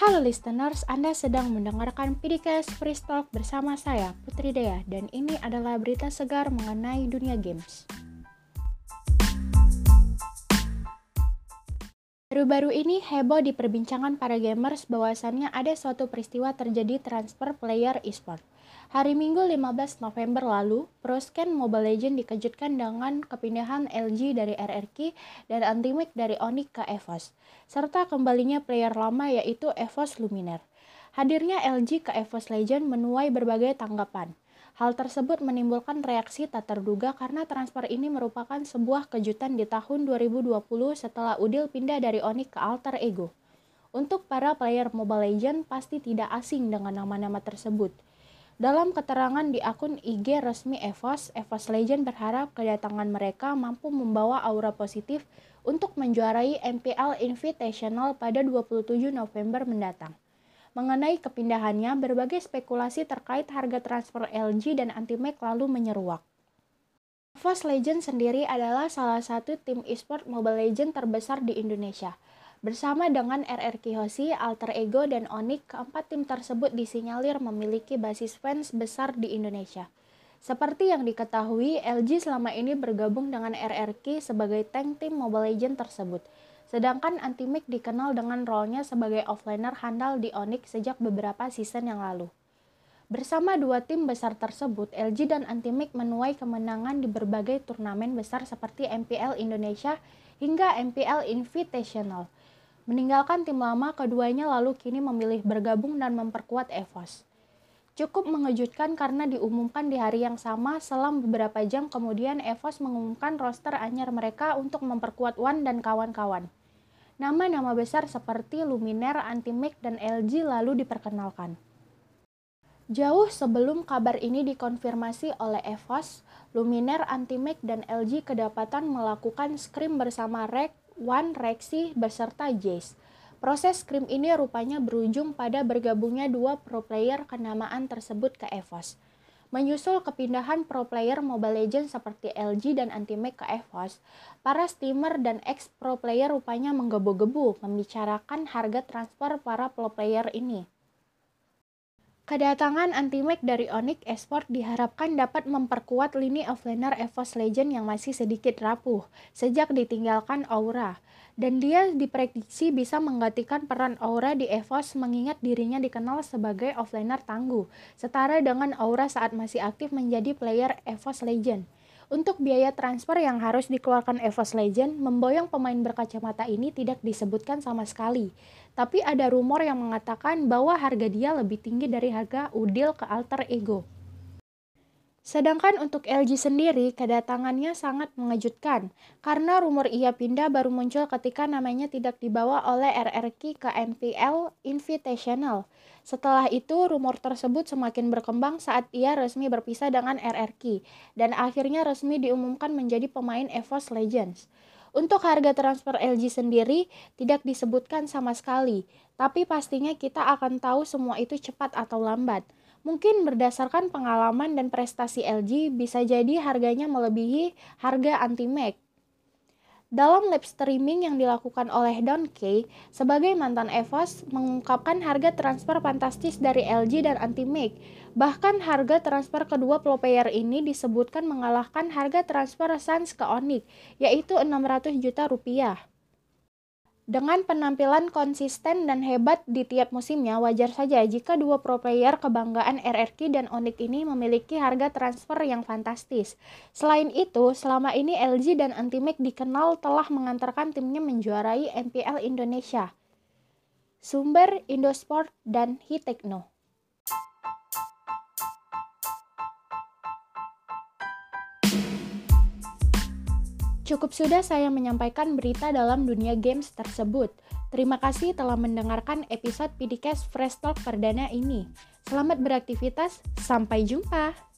Halo listeners, Anda sedang mendengarkan PDCast Free Talk bersama saya, Putri Dea, dan ini adalah berita segar mengenai dunia games. Baru-baru ini heboh diperbincangan para gamers bahwasannya ada suatu peristiwa terjadi transfer player e-sport. Hari Minggu 15 November lalu, ProScan Mobile Legends dikejutkan dengan kepindahan LG dari RRQ dan Antimac dari Onyx ke EVOS, serta kembalinya player lama yaitu EVOS Luminaire. Hadirnya LG ke EVOS Legends menuai berbagai tanggapan. Hal tersebut menimbulkan reaksi tak terduga karena transfer ini merupakan sebuah kejutan di tahun 2020 setelah Udil pindah dari Onyx ke Alter Ego. Untuk para player Mobile Legends pasti tidak asing dengan nama-nama tersebut. Dalam keterangan di akun IG resmi EVOS Legends berharap kedatangan mereka mampu membawa aura positif untuk menjuarai MPL Invitational pada 27 November mendatang. Mengenai kepindahannya, berbagai spekulasi terkait harga transfer LG dan Antimac lalu menyeruak. EVOS Legends sendiri adalah salah satu tim e-sport Mobile Legends terbesar di Indonesia. Bersama dengan RRQ Hoshi, Alter Ego, dan Onyx, keempat tim tersebut disinyalir memiliki basis fans besar di Indonesia. Seperti yang diketahui, LG selama ini bergabung dengan RRQ sebagai tank tim Mobile Legends tersebut. Sedangkan Antimac dikenal dengan role-nya sebagai offlaner handal di Onyx sejak beberapa season yang lalu. Bersama dua tim besar tersebut, LG dan Antimac menuai kemenangan di berbagai turnamen besar seperti MPL Indonesia hingga MPL Invitational. Meninggalkan tim lama, keduanya lalu kini memilih bergabung dan memperkuat EVOS. Cukup mengejutkan karena diumumkan di hari yang sama, selang beberapa jam kemudian EVOS mengumumkan roster anyar mereka untuk memperkuat Wan dan kawan-kawan. Nama-nama besar seperti Luminaire, Antimac, dan LG lalu diperkenalkan. Jauh sebelum kabar ini dikonfirmasi oleh EVOS, Luminaire, Antimac, dan LG kedapatan melakukan scrim bersama Rek, Wan, Rexy, beserta Jace. Proses scrim ini rupanya berujung pada bergabungnya dua pro player kenamaan tersebut ke EVOS. Menyusul kepindahan pro player Mobile Legends seperti LG dan Antimac ke EVOS, para streamer dan ex-pro player rupanya menggebu-gebu membicarakan harga transfer para pro player ini. Kedatangan Antimac dari Onyx Esports diharapkan dapat memperkuat lini offlaner EVOS Legends yang masih sedikit rapuh sejak ditinggalkan Aura, dan dia diprediksi bisa menggantikan peran Aura di EVOS mengingat dirinya dikenal sebagai offlaner tangguh, setara dengan Aura saat masih aktif menjadi player EVOS Legends. Untuk biaya transfer yang harus dikeluarkan EVOS Legends, memboyong pemain berkacamata ini tidak disebutkan sama sekali. Tapi ada rumor yang mengatakan bahwa harga dia lebih tinggi dari harga Udil ke Alter Ego. Sedangkan untuk LG sendiri, kedatangannya sangat mengejutkan, karena rumor ia pindah baru muncul ketika namanya tidak dibawa oleh RRQ ke MPL Invitational. Setelah itu, rumor tersebut semakin berkembang saat ia resmi berpisah dengan RRQ, dan akhirnya resmi diumumkan menjadi pemain EVOS Legends. Untuk harga transfer LG sendiri, tidak disebutkan sama sekali, tapi pastinya kita akan tahu semua itu cepat atau lambat. Mungkin berdasarkan pengalaman dan prestasi LG, bisa jadi harganya melebihi harga Antimac. Dalam live streaming yang dilakukan oleh Don K, sebagai mantan EVOS, mengungkapkan harga transfer fantastis dari LG dan Antimac. Bahkan harga transfer kedua pro player ini disebutkan mengalahkan harga transfer Suns ke Onyx, yaitu 600 juta rupiah. Dengan penampilan konsisten dan hebat di tiap musimnya, wajar saja jika dua pro player kebanggaan RRQ dan Onyx ini memiliki harga transfer yang fantastis. Selain itu, selama ini LG dan Antimac dikenal telah mengantarkan timnya menjuarai MPL Indonesia. Sumber Indosport dan Hitekno. Cukup sudah saya menyampaikan berita dalam dunia games tersebut. Terima kasih telah mendengarkan episode PDCast Fresh Talk perdana ini. Selamat beraktivitas, sampai jumpa!